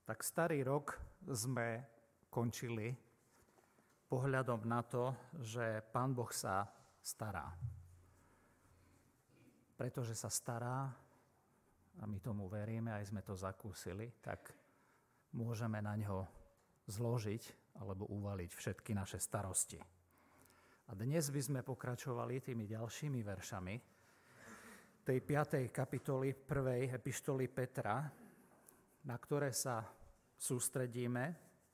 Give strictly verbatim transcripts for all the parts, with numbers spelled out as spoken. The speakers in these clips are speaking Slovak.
Tak starý rok sme končili pohľadom na to, že Pán Boh sa stará. Pretože sa stará, a my tomu veríme, aj sme to zakúsili, tak môžeme na ňo zložiť alebo uvaliť všetky naše starosti. A dnes by sme pokračovali tými ďalšími veršami tej piatej kapitoly prvej epištoly Petra, na ktoré sa sústredíme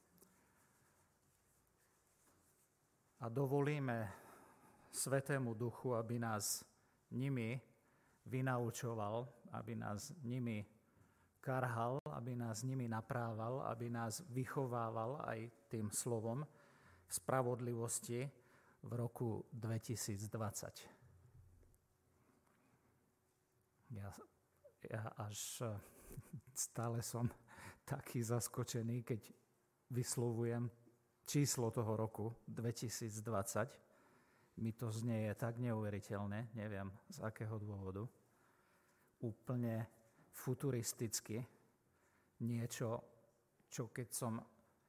a dovolíme Svätému Duchu, aby nás nimi vynaučoval, aby nás nimi karhal, aby nás nimi naprával, aby nás vychovával aj tým slovom spravodlivosti v roku dvetisícdvadsať. Ja Ja až stále som taký zaskočený, keď vyslovujem číslo toho roku dvetisícdvadsať. Mi to znieje tak neuveriteľne, neviem z akého dôvodu. Úplne futuristicky. Niečo, čo keď som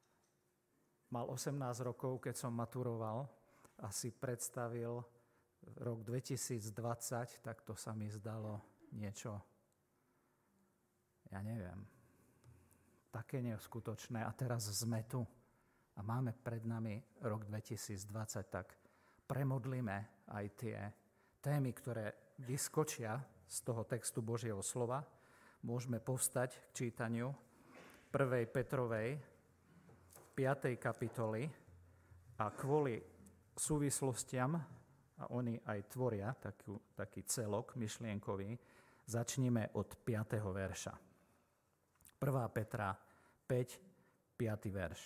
mal osemnásť rokov, keď som maturoval a si predstavil rok dvetisícdvadsať, tak to sa mi zdalo niečo, ja neviem, také neskutočné. A teraz sme tu a máme pred nami rok dvetisícdvadsať, tak premodlíme aj tie témy, ktoré vyskočia z toho textu Božieho slova. Môžeme povstať k čítaniu prvej Petrovej piatej kapitoly a kvôli súvislostiam, a oni aj tvoria taký, taký celok myšlienkový, začníme od piateho verša. prvá Petra päť, piaty verš.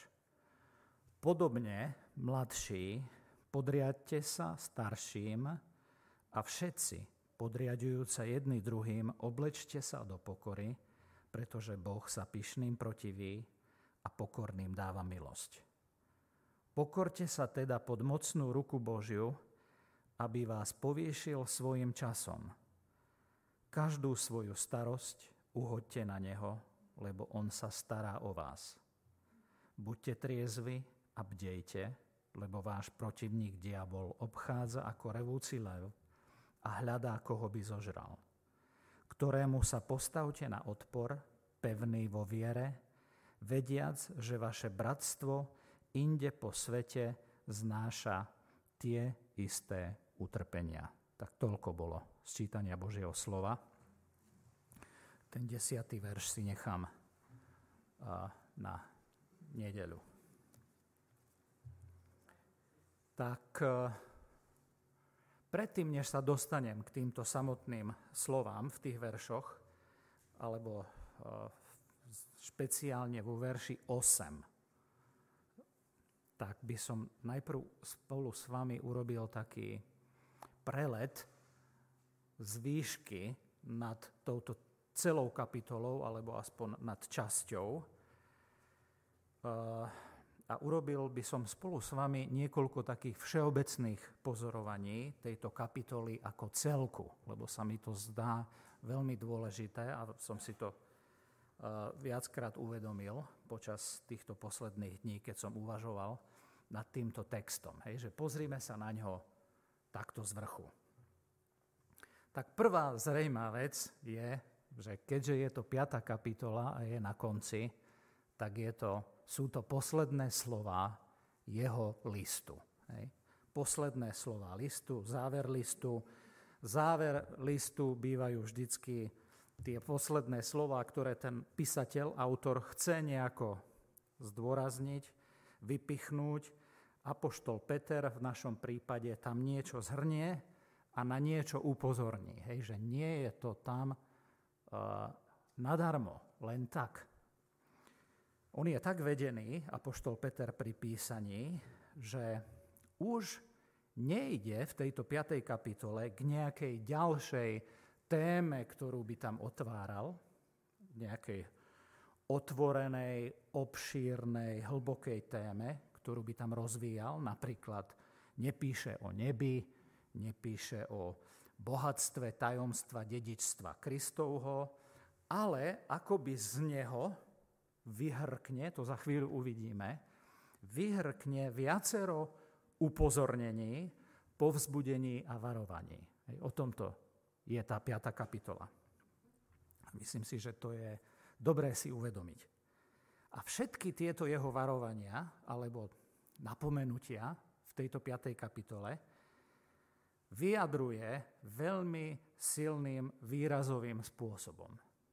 Podobne, mladší, podriadte sa starším a všetci, podriadujúca jedni druhým, oblečte sa do pokory, pretože Boh sa pyšným protiví a pokorným dáva milosť. Pokorte sa teda pod mocnú ruku Božiu, aby vás poviešil svojim časom. Každú svoju starosť uhoďte na Neho, lebo On sa stará o vás. Buďte triezvi a bdejte, lebo váš protivník diabol obchádza ako revúci lev a hľadá, koho by zožral. Ktorému sa postavte na odpor, pevný vo viere, vediac, že vaše bratstvo inde po svete znáša tie isté utrpenia. Tak toľko bolo z čítania Božieho slova. Ten desiatý verš si nechám na nedeľu. Tak predtým, než sa dostanem k týmto samotným slovám v tých veršoch, alebo špeciálne vo verši osem, tak by som najprv spolu s vami urobil taký prelet z výšky nad touto celou kapitolou, alebo aspoň nad časťou. A urobil by som spolu s vami niekoľko takých všeobecných pozorovaní tejto kapitoly ako celku, lebo sa mi to zdá veľmi dôležité a som si to viackrát uvedomil počas týchto posledných dní, keď som uvažoval nad týmto textom. Hej, že pozrime sa na ňo takto z vrchu. Tak prvá zrejmá vec je, že keďže je to piata kapitola a je na konci, tak je to, sú to posledné slová jeho listu. Hej. Posledné slová listu, záver listu. Záver listu bývajú vždycky tie posledné slová, ktoré ten písateľ, autor chce nejako zdôrazniť, vypichnúť. Apoštol Peter v našom prípade tam niečo zhrnie a na niečo upozorní. Hej, že nie je to tam nadarmo, len tak. On je tak vedený, apoštol Peter pri písaní, že už nejde v tejto piatej kapitole k nejakej ďalšej téme, ktorú by tam otváral, nejakej otvorenej, obšírnej, hlbokej téme, ktorú by tam rozvíjal. Napríklad nepíše o nebi, nepíše o bohatstve, tajomstva, dedičstva Kristovho, ale akoby z neho vyhrkne, to za chvíľu uvidíme, vyhrkne viacero upozornení, povzbudení a varovaní. Hej, o tomto je tá piata kapitola. Myslím si, že to je dobré si uvedomiť. A všetky tieto jeho varovania, alebo napomenutia v tejto piatej kapitole, vyjadruje veľmi silným výrazovým spôsobom.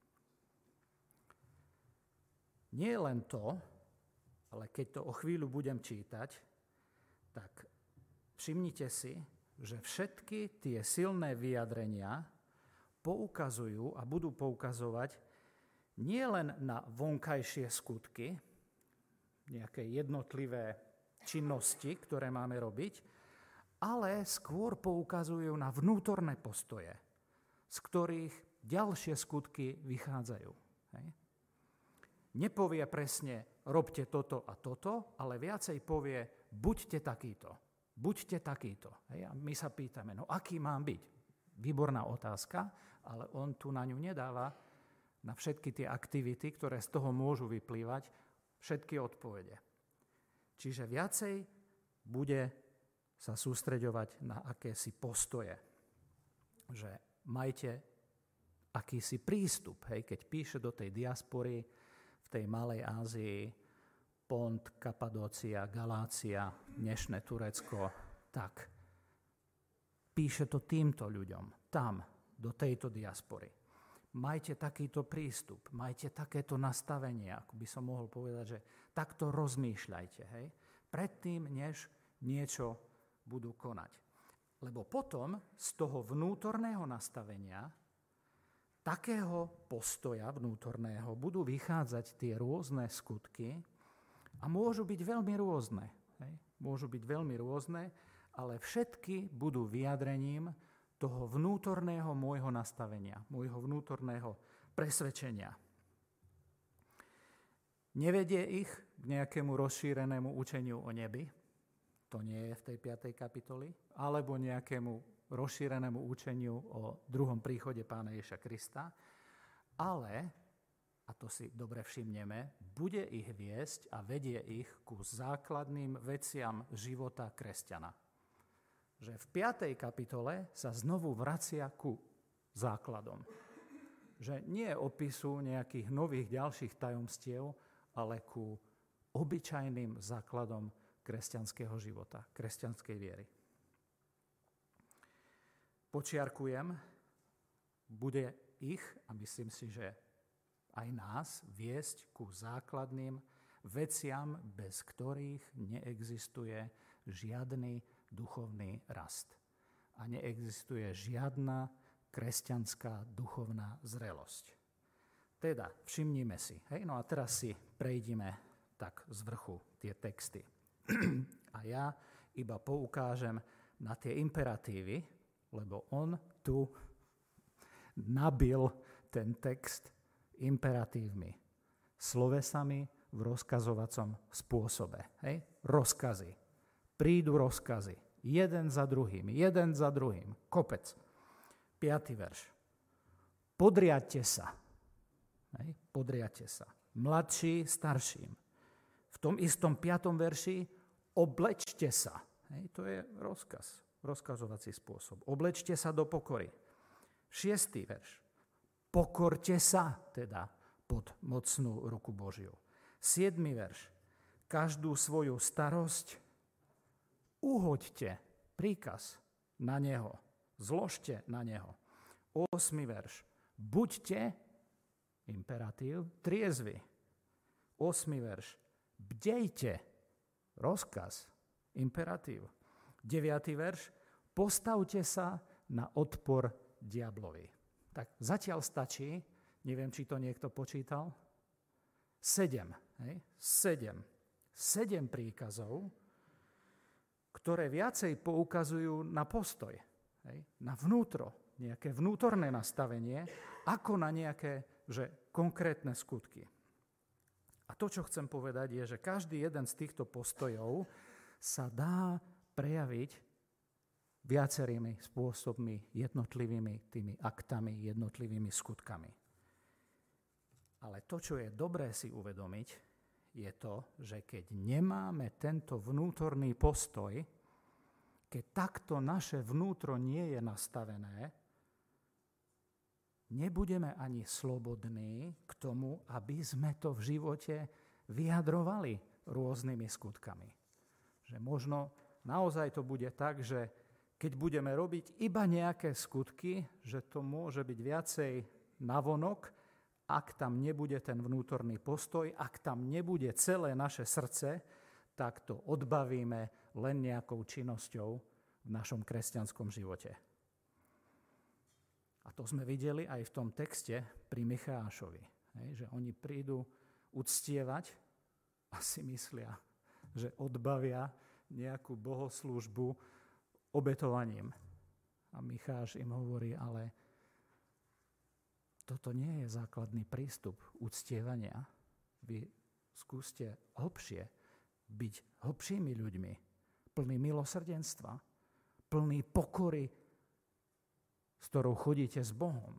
Nie len to, ale keď to o chvíľu budem čítať, tak všimnite si, že všetky tie silné vyjadrenia poukazujú a budú poukazovať nie len na vonkajšie skutky, nejaké jednotlivé činnosti, ktoré máme robiť, ale skôr poukazujú na vnútorné postoje, z ktorých ďalšie skutky vychádzajú. Hej. Nepovie presne, robte toto a toto, ale viacej povie, buďte takýto, buďte takýto. Hej. A my sa pýtame, no aký mám byť? Výborná otázka, ale on tu na ňu nedáva na všetky tie aktivity, ktoré z toho môžu vyplývať, všetky odpovede. Čiže viacej bude sa sústreďovať na akési postoje. Že majte akýsi prístup, hej, keď píše do tej diaspory v tej Malej Ázii, Pont, Kapadócia, Galácia, dnešné Turecko, tak píše to týmto ľuďom, tam, do tejto diaspory. Majte takýto prístup, majte takéto nastavenie, ako by som mohol povedať, že takto rozmýšľajte, hej, predtým, než niečo budú konať. Lebo potom z toho vnútorného nastavenia, takého postoja vnútorného, budú vychádzať tie rôzne skutky a môžu byť veľmi rôzne. Hej? Môžu byť veľmi rôzne, ale všetky budú vyjadrením toho vnútorného môjho nastavenia, môjho vnútorného presvedčenia. Nevedie ich k nejakému rozšírenému učeniu o nebi, to nie je v tej piatej kapitoli, alebo nejakému rozšírenému učeniu o druhom príchode Pána Ježiša Krista, ale, a to si dobre všimneme, bude ich viesť a vedie ich ku základným veciam života kresťana. Že v piatej kapitole sa znovu vracia ku základom. Že nie opisu nejakých nových ďalších tajomstiev, ale ku obyčajným základom kresťanského života, kresťanskej viery. Počiarkujem, bude ich, a myslím si, že aj nás, viesť ku základným veciam, bez ktorých neexistuje žiadny duchovný rast. A neexistuje žiadna kresťanská duchovná zrelosť. Teda, všimnime si. Hej? No a teraz si prejdime tak z vrchu tie texty. A ja iba poukážem na tie imperatívy, lebo on tu nabil ten text imperatívmi, slovesami v rozkazovacom spôsobe. Hej? Rozkazy. Prídu rozkazy. Jeden za druhým, jeden za druhým. Kopec. Piatý verš. Podriadte sa. Hej? Podriadte sa. Mladší starším. V tom istom piatom verši oblečte sa. Hej, to je rozkaz, rozkazovací spôsob. Oblečte sa do pokory. Šiestý verš. Pokorte sa teda pod mocnú ruku Božiu. Siedmy verš. Každú svoju starosť uhoďte, príkaz na neho, zložte na neho. Osmý verš. Buďte, imperatív, triezvi. Osmý verš. Bdejte, rozkaz, imperatív. Deviatý verš, postavte sa na odpor diablovi. Tak zatiaľ stačí, neviem, či to niekto počítal, sedem, hej? Sedem. Sedem príkazov, ktoré viacej poukazujú na postoj, hej? Na vnútro, nejaké vnútorné nastavenie, ako na nejaké, že konkrétne skutky. A to, čo chcem povedať, je, že každý jeden z týchto postojov sa dá prejaviť viacerými spôsobmi, jednotlivými tými aktami, jednotlivými skutkami. Ale Ale to, čo je dobré si uvedomiť, je to, že keď nemáme tento vnútorný postoj, keď takto naše vnútro nie je nastavené, nebudeme ani slobodní k tomu, aby sme to v živote vyjadrovali rôznymi skutkami. Že možno naozaj to bude tak, že keď budeme robiť iba nejaké skutky, že to môže byť viacej navonok, ak tam nebude ten vnútorný postoj, ak tam nebude celé naše srdce, tak to odbavíme len nejakou činnosťou v našom kresťanskom živote. A to sme videli aj v tom texte pri Michášovi, že oni prídu uctievať a si myslia, že odbavia nejakú bohoslúžbu obetovaním. A Micháš im hovorí, ale toto nie je základný prístup uctievania. Vy skúste hlbšie byť hlbšími ľuďmi, plný milosrdenstva, plný pokory, s ktorou chodíte s Bohom.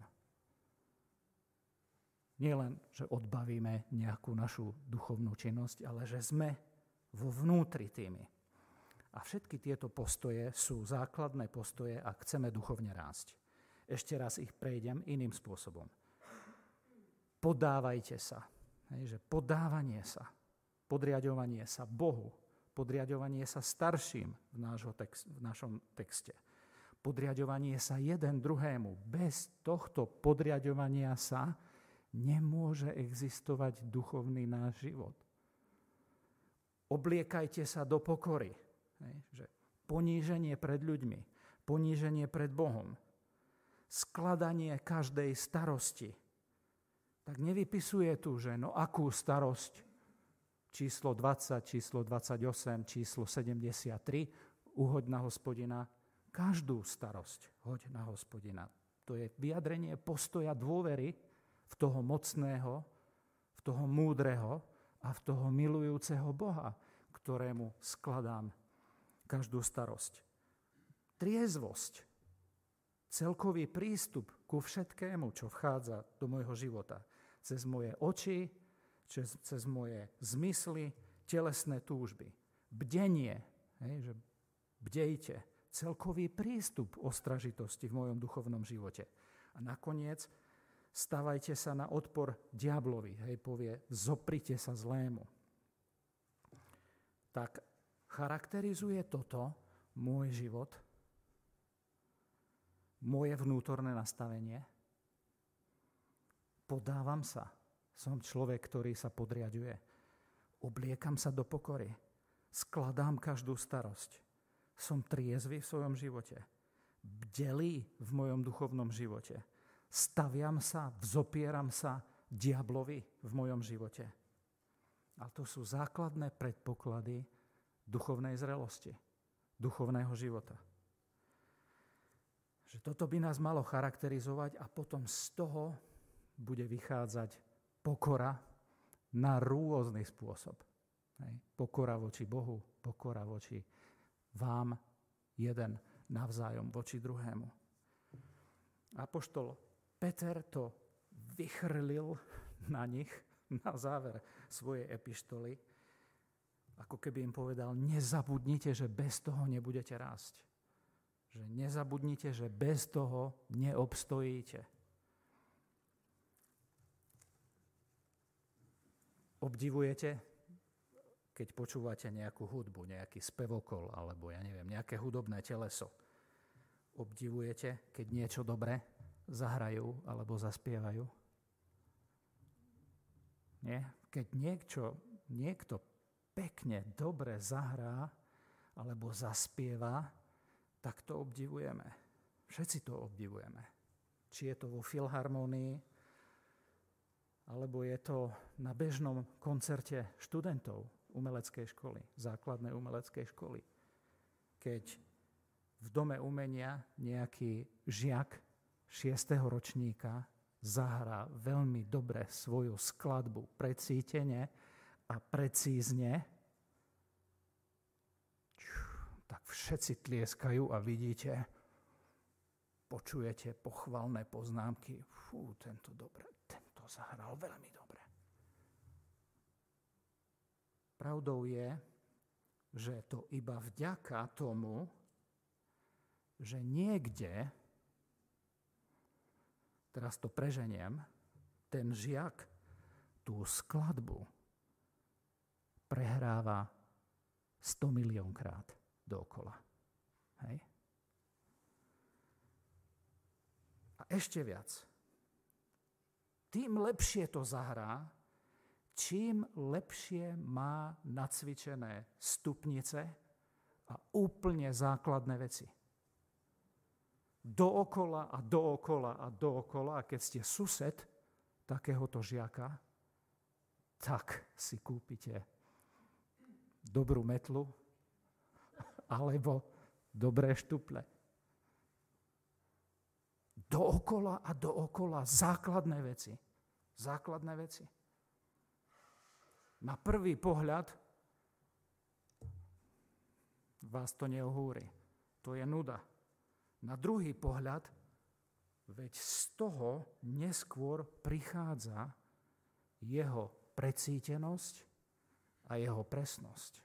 Nie len, že odbavíme nejakú našu duchovnú činnosť, ale že sme vo vnútri tými. A všetky tieto postoje sú základné postoje, ak chceme duchovne rásť. Ešte raz ich prejdem iným spôsobom. Podávajte sa. Hej, že podávanie sa, podriaďovanie sa Bohu, podriaďovanie sa starším v, text, v našom texte. Podriaďovanie sa jeden druhému. Bez tohto podriaďovania sa nemôže existovať duchovný náš život. Obliekajte sa do pokory. Hej, že poníženie pred ľuďmi, poníženie pred Bohom, skladanie každej starosti. Tak nevypisuje tu, že no akú starosť, číslo dvadsať, číslo dvadsaťosem, číslo sedemdesiattri, uhoď na Hospodina, každú starosť hoď na Hospodina. To je vyjadrenie postoja dôvery v toho mocného, v toho múdreho a v toho milujúceho Boha, ktorému skladám každú starosť. Triezvosť, celkový prístup ku všetkému, čo vchádza do môjho života, cez moje oči, cez, cez moje zmysly, telesné túžby. Bdenie, hej, že bdejte, celkový prístup ostražitosti v mojom duchovnom živote. A nakoniec stavajte sa na odpor diablovi, hej, povie, zoprite sa zlému. Tak charakterizuje toto môj život, moje vnútorné nastavenie. Podávam sa. Som človek, ktorý sa podriaďuje. Obliekam sa do pokory. Skladám každú starosť. Som triezvy v svojom živote. Bdelý v mojom duchovnom živote. Staviam sa, vzopieram sa diablovi v mojom živote. A to sú základné predpoklady duchovnej zrelosti, duchovného života. Že toto by nás malo charakterizovať a potom z toho bude vychádzať pokora na rôzny spôsob. Hej. Pokora voči Bohu, pokora voči vám, jeden navzájom voči druhému. Apoštol Peter to vychrlil na nich na záver svojej epištoly, ako keby im povedal, nezabudnite, že bez toho nebudete rásť. Že nezabudnite, že bez toho neobstojíte. Obdivujete, keď počúvate nejakú hudbu, nejaký spevokol, alebo ja neviem, nejaké hudobné teleso. Obdivujete, keď niečo dobre zahrajú alebo zaspievajú? Nie? Keď niekto, niekto pekne, dobre zahrá alebo zaspieva, tak to obdivujeme. Všetci to obdivujeme. Či je to vo filharmonii, alebo je to na bežnom koncerte študentov umeleckej školy, základnej umeleckej školy. Keď v dome umenia nejaký žiak šiesteho ročníka zahrá veľmi dobre svoju skladbu, precítene a precízne, tak všetci tlieskajú a vidíte, počujete pochvalné poznámky. Fú, tento dobre, tento to zahral veľmi dobre. Pravdou je, že to iba vďaka tomu, že niekde, teraz to preženiem, ten žiak tú skladbu prehráva sto miliónkrát dookola. Hej? A ešte viac. Tým lepšie to zahrá, čím lepšie má nacvičené stupnice a úplne základné veci. Dookola a dookola a dookola. A keď ste sused takéhoto žiaka, tak si kúpite dobrú metlu alebo dobré štuple. Dookola a dookola základné veci. Základné veci. Na prvý pohľad vás to neohúri. To je nuda. Na druhý pohľad, veď z toho neskôr prichádza jeho precítenosť a jeho presnosť.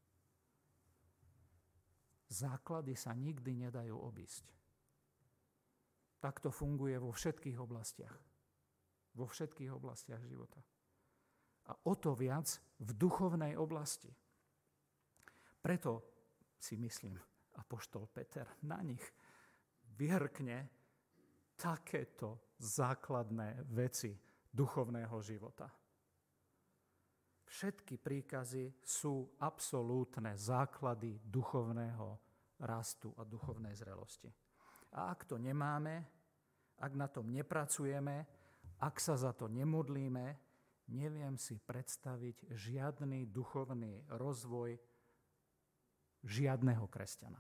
Základy sa nikdy nedajú obísť. Tak to funguje vo všetkých oblastiach. Vo všetkých oblastiach života. A o to viac v duchovnej oblasti. Preto si myslím, apoštol Peter na nich vyhrkne takéto základné veci duchovného života. Všetky príkazy sú absolútne základy duchovného rastu a duchovnej zrelosti. A ak to nemáme, ak na tom nepracujeme, ak sa za to nemodlíme, neviem si predstaviť žiadny duchovný rozvoj žiadneho kresťana.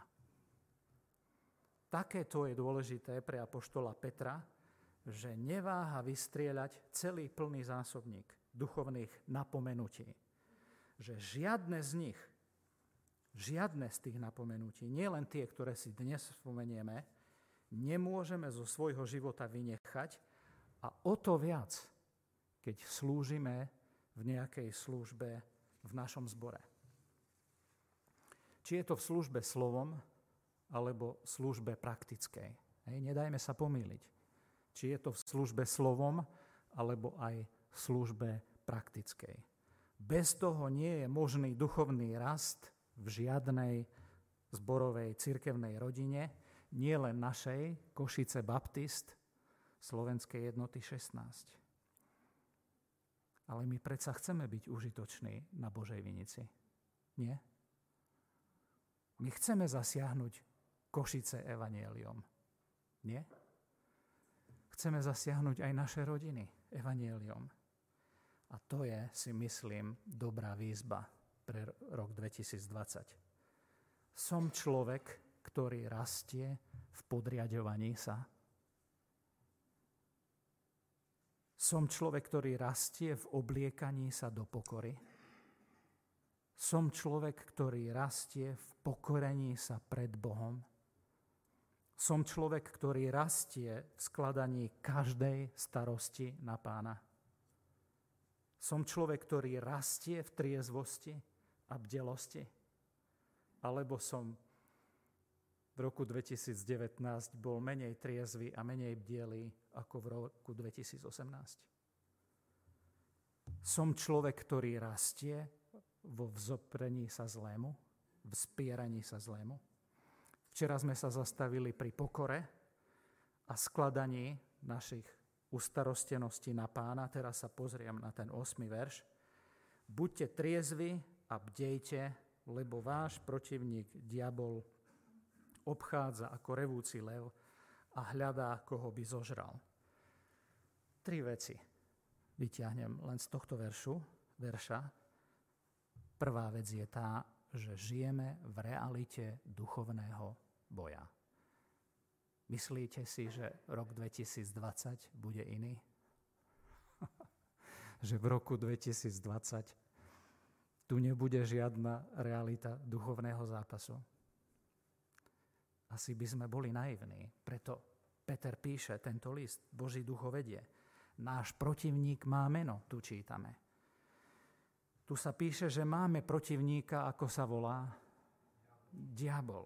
Takéto je dôležité pre apoštola Petra, že neváha vystrieľať celý plný zásobník duchovných napomenutí. Že žiadne z nich, žiadne z tých napomenutí, nie len tie, ktoré si dnes spomenieme, nemôžeme zo svojho života vynechať a o to viac, keď slúžime v nejakej službe v našom zbore. Či je to v službe slovom, alebo v službe praktickej. Hej, nedajme sa pomýliť. Či je to v službe slovom, alebo aj v službe praktickej. Bez toho nie je možný duchovný rast v žiadnej zborovej cirkevnej rodine, nie len našej, Košice Baptist, Slovenskej jednoty šestnásť. Ale my predsa chceme byť užitoční na Božej vinici. Nie? My chceme zasiahnuť Košice evanjeliom. Nie? Chceme zasiahnuť aj naše rodiny evanjeliom. A to je, si myslím, dobrá výzva pre rok dvetisícdvadsať. Som človek, ktorý rastie v podriaďovaní sa. Som človek, ktorý rastie v obliekaní sa do pokory. Som človek, ktorý rastie v pokorení sa pred Bohom. Som človek, ktorý rastie v skladaní každej starosti na Pána. Som človek, ktorý rastie v triezvosti a bdelosti. Alebo som v roku dvetisícdevätnásť bol menej triezvy a menej bdielý ako v roku dvetisícosemnásť. Som človek, ktorý rastie vo vzoprení sa zlému, v spieraní sa zlému. Včera sme sa zastavili pri pokore a skladaní našich ustarosteností na Pána. Teraz sa pozriem na ten ôsmy verš. Buďte triezvi a bdejte, lebo váš protivník, diabol, obchádza ako revúci lev a hľadá, koho by zožral. Tri veci vyťahnem len z tohto veršu, verša. Prvá vec je tá, že žijeme v realite duchovného boja. Myslíte si, že rok dvetisícdvadsať bude iný? Že v roku dvetisícdvadsať tu nebude žiadna realita duchovného zápasu? Asi by sme boli naivní. Preto Peter píše tento list, Boží duch ho vedie. Náš protivník má meno, tu čítame. Tu sa píše, že máme protivníka, ako sa volá? Diabol.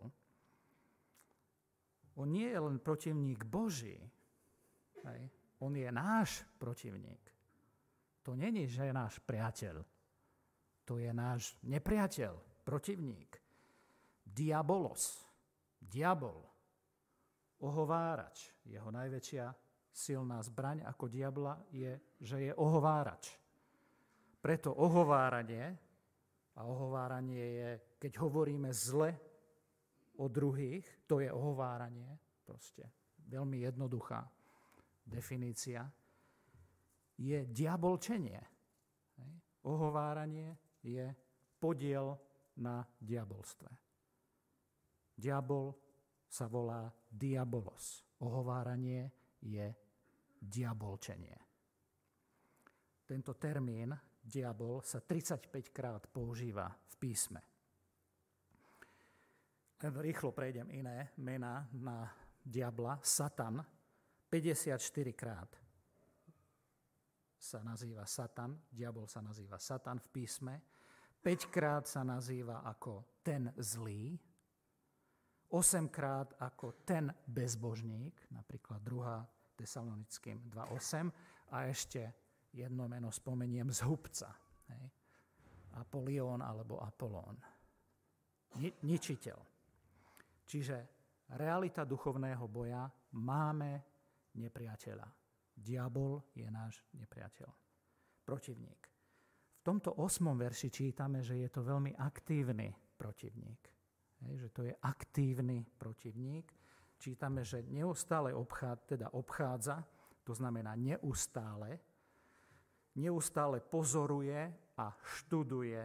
On nie je len protivník Boží. Hej. On je náš protivník. To není, že je náš priateľ. To je náš nepriateľ, protivník. Diabolos. Diabol. Ohovárač. Jeho najväčšia silná zbraň ako diabla je, že je ohovárač. Preto ohováranie, a ohováranie je, keď hovoríme zle o druhých, to je ohováranie, proste veľmi jednoduchá definícia, je diabolčenie. Ohováranie je podiel na diabolstve. Diabol sa volá diabolos. Ohováranie je diabolčenie. Tento termín diabol sa tridsaťpäť krát používa v písme. Rýchlo prejdem iné mená na diabla. Satan päťdesiatštyri krát sa nazýva Satan, diabol sa nazýva Satan v písme. päť krát sa nazýva ako ten zlý, osem krát ako ten bezbožník, napríklad druhá Tesalonickým dva osem, a ešte jedno meno spomeniem, zhubca. Hej. Apolión alebo Apolón. Ni- ničiteľ. Čiže realita duchovného boja, máme nepriateľa. Diabol je náš nepriateľ. Protivník. V tomto osmom verši čítame, že je to veľmi aktívny protivník. Hej, že to je aktívny protivník. Čítame, že neustále obchádza, teda obchádza, to znamená neustále, neustále pozoruje a študuje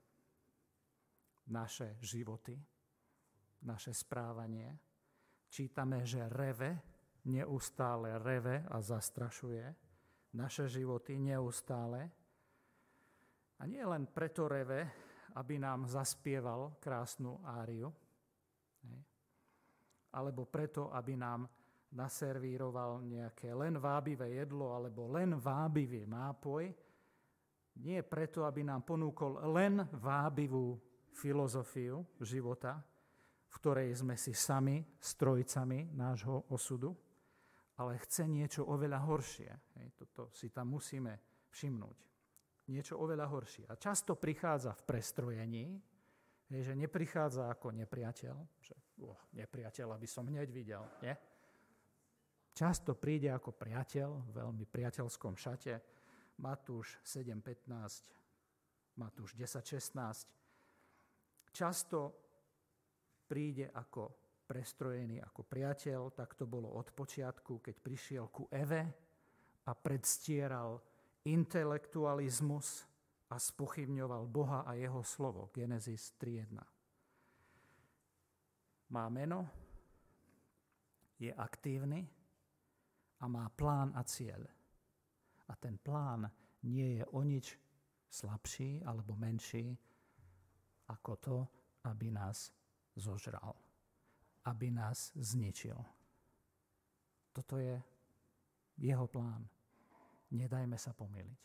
naše životy, naše správanie. Čítame, že reve, neustále reve a zastrašuje naše životy neustále. A nie len preto reve, aby nám zaspieval krásnu áriu, hej, alebo preto, aby nám naservíroval nejaké len vábivé jedlo alebo len vábivý nápoj. Nie preto, aby nám ponúkol len vábivú filozofiu života, v ktorej sme si sami strojcami nášho osudu, ale chce niečo oveľa horšie. Hej, toto si tam musíme všimnúť. Niečo oveľa horšie. A často prichádza v prestrojení, hej, že neprichádza ako nepriateľ, že oh, nepriateľa by som hneď videl, nie? Často príde ako priateľ v veľmi priateľskom šate. Matúš sedem pätnásť, Matúš desať šestnásť. Často príde ako prestrojený ako priateľ, tak to bolo od počiatku, keď prišiel ku Eve a predstieral intelektualizmus a spochybňoval Boha a jeho slovo. Genesis tri jedna. Má meno, je aktívny a má plán a cieľ. A ten plán nie je o nič slabší alebo menší ako to, aby nás zožral, aby nás zničil. Toto je jeho plán. Nedajme sa pomýliť.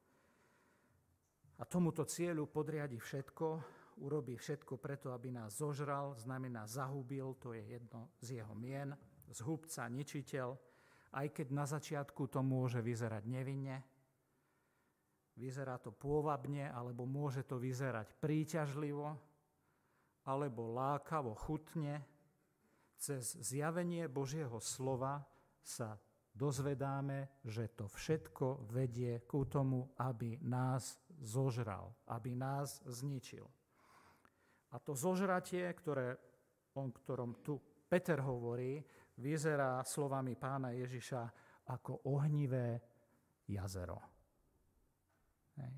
A tomuto cieľu podriadi všetko, urobí všetko preto, aby nás zožral, znamená zahubil, to je jedno z jeho mien, zhubca, ničiteľ. Aj keď na začiatku to môže vyzerať nevinne, vyzerá to pôvabne, alebo môže to vyzerať príťažlivo, alebo lákavo, chutne, cez zjavenie Božieho slova sa dozvedáme, že to všetko vedie k tomu, aby nás zožral, aby nás zničil. A to zožratie, ktoré, o ktorom tu Peter hovorí, vyzerá slovami Pána Ježiša ako ohnivé jazero. Hej.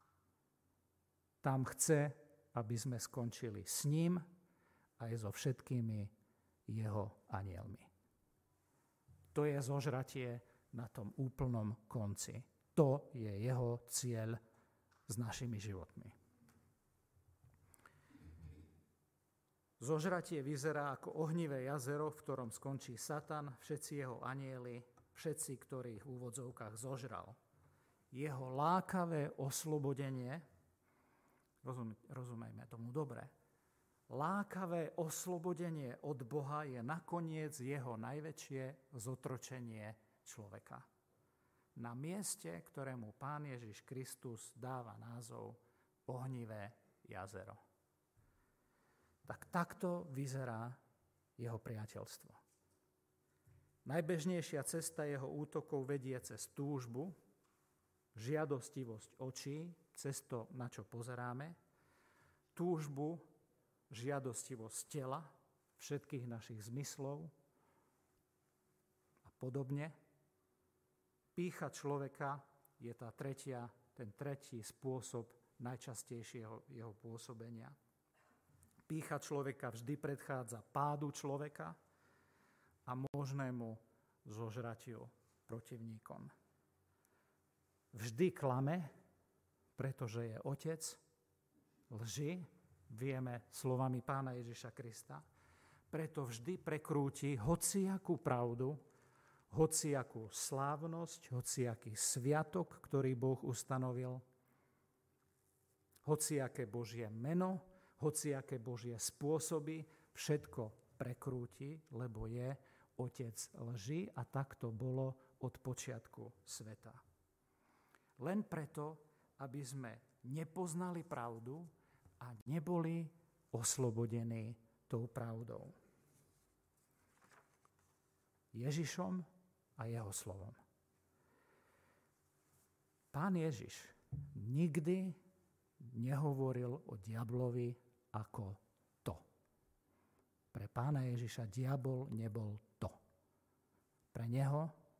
Tam chce, aby sme skončili s ním aj so všetkými jeho anielmi. To je zožratie na tom úplnom konci. To je jeho cieľ s našimi životmi. Zožratie vyzerá ako ohnivé jazero, v ktorom skončí Satan, všetci jeho anjeli všetci, ktorých v úvodzovkách zožral. Jeho lákavé oslobodenie, rozum, rozumejme tomu dobre, lákavé oslobodenie od Boha je nakoniec jeho najväčšie zotročenie človeka. Na mieste, ktorému Pán Ježiš Kristus dáva názov Ohnivé jazero. Tak takto vyzerá jeho priateľstvo. Najbežnejšia cesta jeho útokov vedie cez túžbu, žiadostivosť očí, cez to, na čo pozeráme, túžbu, žiadostivosť tela, všetkých našich zmyslov a podobne. Pýcha človeka je tá tretia, ten tretí spôsob najčastejšieho jeho pôsobenia. Pýcha človeka vždy predchádza pádu človeka a možnému zožratiu protivníkom. Vždy klame, pretože je otec lži, vieme slovami Pána Ježiša Krista, preto vždy prekrúti hociakú pravdu, hociakú slávnosť, hociaký sviatok, ktorý Boh ustanovil, hociaké Božie meno, hociaké Božie spôsoby, všetko prekrúti, lebo je otec lži a tak to bolo od počiatku sveta. Len preto, aby sme nepoznali pravdu a neboli oslobodení tou pravdou. Ježišom a jeho slovom. Pán Ježiš nikdy nehovoril o diablovi ako to. Pre Pána Ježiša diabol nebol to. Pre neho,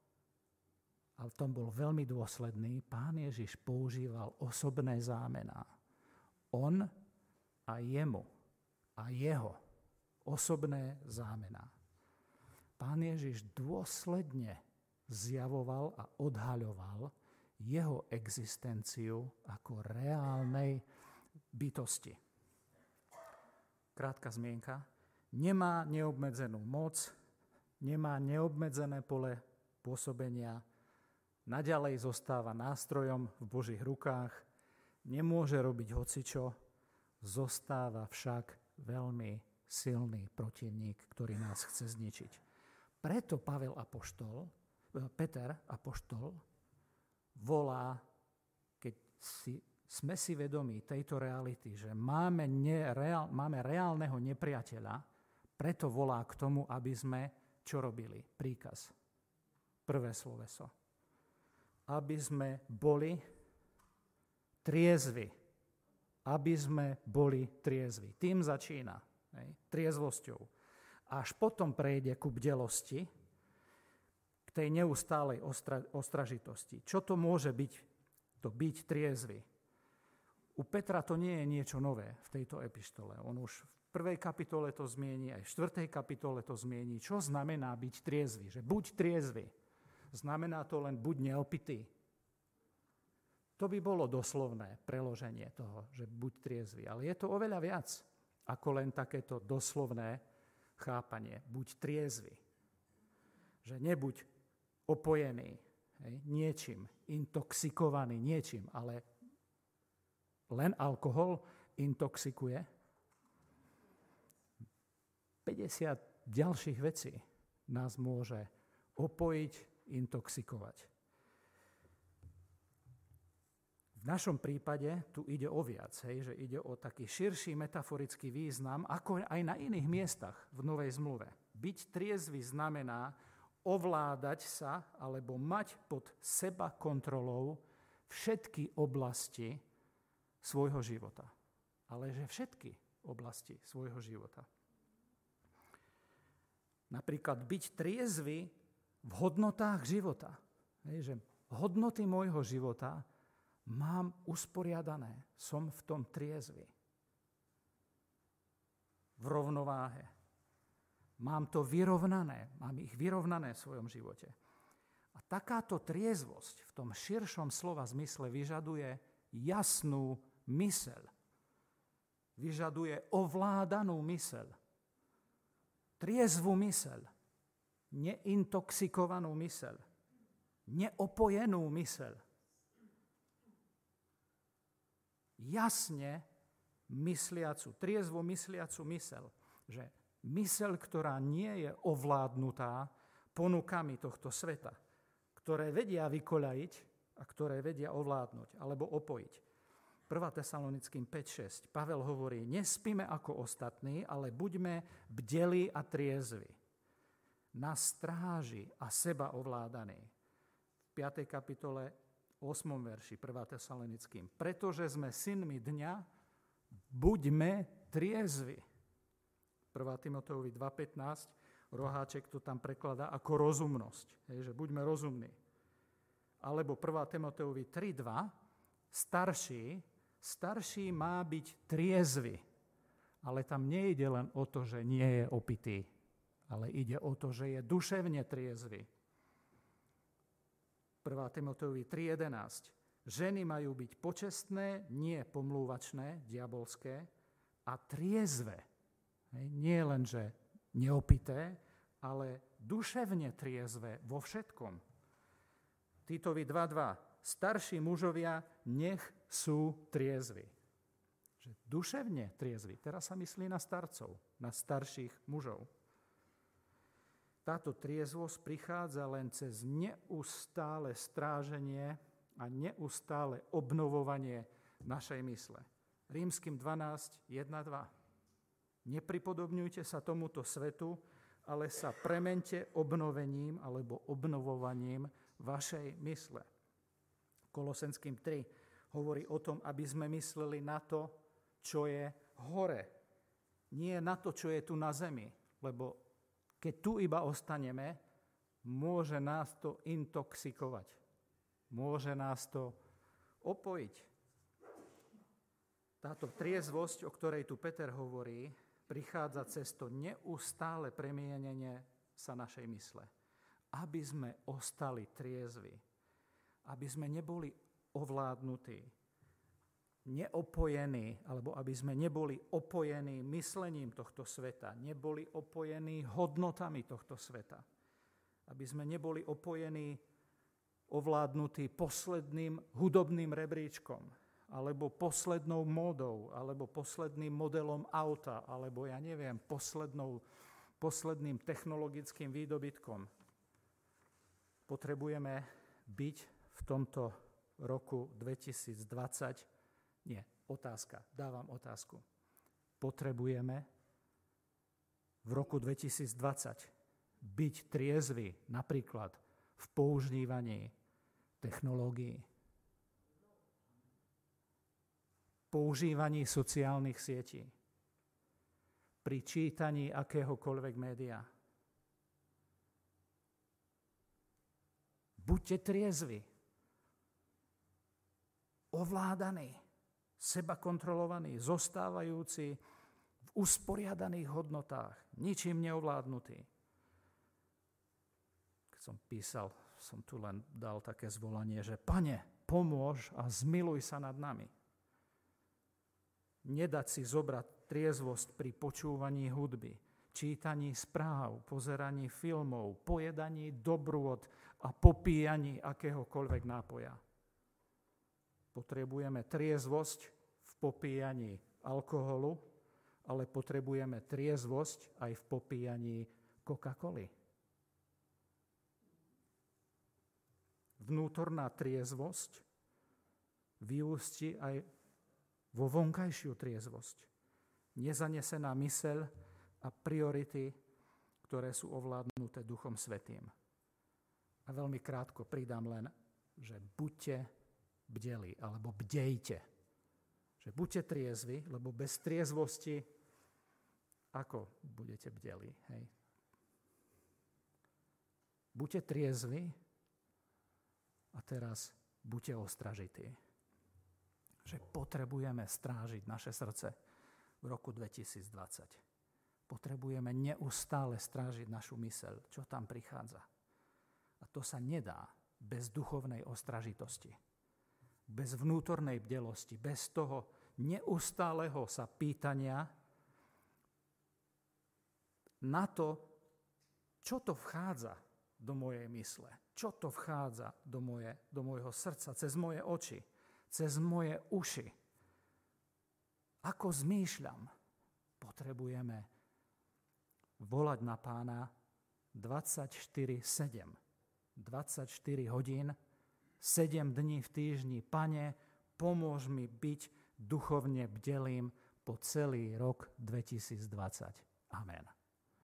a v tom bol veľmi dôsledný, Pán Ježiš používal osobné zámená. On a jemu a jeho osobné zámená. Pán Ježiš dôsledne zjavoval a odhaľoval jeho existenciu ako reálnej bytosti. Krátka zmienka. Nemá neobmedzenú moc, nemá neobmedzené pole pôsobenia, naďalej zostáva nástrojom v Božích rukách, nemôže robiť hocičo, zostáva však veľmi silný protivník, ktorý nás chce zničiť. Preto Pavel apoštol, Peter apoštol volá, keď si, sme si vedomí tejto reality, že máme, nereál, máme reálneho nepriateľa, preto volá k tomu, aby sme čo robili? Príkaz. Prvé sloveso. Aby sme boli triezvi. Aby sme boli triezvi. Tým začína. Hej, triezvosťou. Až potom prejde ku bdelosti, k tej neustálej ostra, ostražitosti. Čo to môže byť, to byť triezvy? U Petra to nie je niečo nové v tejto epištole. On už v prvej kapitole to zmieni, aj v štvrtej kapitole to zmieni. Čo znamená byť triezvy? Že buď triezvy. Znamená to len buď neopitý. To by bolo doslovné preloženie toho, že buď triezvy. Ale je to oveľa viac ako len takéto doslovné chápanie. Buď triezvy. Že nebuď opojený, hej, niečím, intoxikovaný niečím, ale len alkohol intoxikuje. päťdesiat ďalších vecí nás môže opojiť, intoxikovať. V našom prípade tu ide o viac, hej, že ide o taký širší metaforický význam, ako aj na iných miestach v Novej zmluve. Byť triezvy znamená ovládať sa alebo mať pod seba kontrolou všetky oblasti svojho života. Ale že všetky oblasti svojho života. Napríklad byť triezvy v hodnotách života. Hej, že hodnoty môjho života mám usporiadané, som v tom triezvy. V rovnováhe. Mám to vyrovnané, mám ich vyrovnané v svojom živote. A takáto triezvosť v tom širšom slova zmysle vyžaduje jasnú myseľ. Vyžaduje ovládanú myseľ. Triezvú myseľ. Neintoxikovanú myseľ. neopojenú myseľ. Jasne mysliacu, triezvo mysliacu myseľ, že myseľ, ktorá nie je ovládnutá ponukami tohto sveta, ktoré vedia vykoľajiť a ktoré vedia ovládnuť alebo opojiť. prvá Tesalonickým päť šesť. Pavel hovorí, nespíme ako ostatní, ale buďme bdelí a triezvi, na stráži a seba ovládaní. V piatej kapitole ôsmom verši prvá Tesalonickým. Pretože sme synmi dňa, buďme triezvi. prvá Timotejovi dva pätnásť, Roháček to tam prekladá ako rozumnosť, hej, že buďme rozumní. Alebo prvá Timotejovi tri dva, starší, starší má byť triezvy, ale tam nejde len o to, že nie je opitý, ale ide o to, že je duševne triezvy. prvá Timotejovi tri jedenásť, ženy majú byť počestné, nie pomlúvačné, diabolské, a triezve. Hej, nie len, že neopité, ale duševne triezve vo všetkom. Titovi dva dva. Starší mužovia nech sú triezvi. Že duševne triezvi. Teraz sa myslí na starcov, na starších mužov. Táto triezvosť prichádza len cez neustále stráženie a neustále obnovovanie našej mysle. Rímskym dvanásť jedna dva. Nepripodobňujte sa tomuto svetu, ale sa premente obnovením alebo obnovovaním vašej mysle. Kolosenským tri hovorí o tom, aby sme mysleli na to, čo je hore. Nie na to, čo je tu na zemi. Lebo keď tu iba ostaneme, môže nás to intoxikovať. Môže nás to opojiť. Táto triezvosť, o ktorej tu Peter hovorí, prichádza cez to neustále premienenie sa našej mysle. Aby sme ostali triezvi. Aby sme neboli ovládnutí, neopojení, alebo aby sme neboli opojení myslením tohto sveta, neboli opojení hodnotami tohto sveta. Aby sme neboli opojení, ovládnutí posledným hudobným rebríčkom, alebo poslednou módou, alebo posledným modelom auta, alebo ja neviem, poslednou, posledným technologickým výdobytkom. Potrebujeme byť v tomto roku dvetisícdvadsať, nie, otázka, dávam otázku. Potrebujeme v roku dvetisícdvadsať byť triezvi napríklad v používaní technológií, používaní sociálnych sietí, pri čítaní akéhokoľvek média. Buďte triezvi, ovládaní, seba kontrolovaní, zostávajúci v usporiadaných hodnotách, ničím neovládnutí. Keď som písal, som tu len dal také zvolanie, že Pane, pomôž a zmiluj sa nad nami. Nedať si zobrať triezvosť pri počúvaní hudby, čítaní správ, pozeraní filmov, pojedaní dobrôt a popíjaní akéhokoľvek nápoja. Potrebujeme triezvosť v popíjaní alkoholu, ale potrebujeme triezvosť aj v popíjaní Coca-Coly. Vnútorná triezvosť vyústi aj vo vonkajšiu triezvosť. Nezanesená myseľ a priority, ktoré sú ovládnuté Duchom Svätým. A veľmi krátko pridám len, že buďte bdeli, alebo bdejte. Že buďte triezvi, lebo bez triezvosti ako budete bdeli? Hej? Buďte triezvi a teraz buďte ostražití. Že potrebujeme strážiť naše srdce v roku dvetisícdvadsať. Potrebujeme neustále strážiť našu myseľ, čo tam prichádza. A to sa nedá bez duchovnej ostražitosti, bez vnútornej bdelosti, bez toho neustáleho sa pýtania na to, čo to vchádza do mojej mysle? Čo to vchádza do, moje, do môjho srdca, cez moje oči, cez moje uši? Ako zmýšľam? Potrebujeme volať na Pána dvadsaťštyri sedem. dvadsaťštyri hodín, sedem dní v týždni. Pane, pomôž mi byť duchovne bdelým po celý rok dvetisícdvadsať. Amen.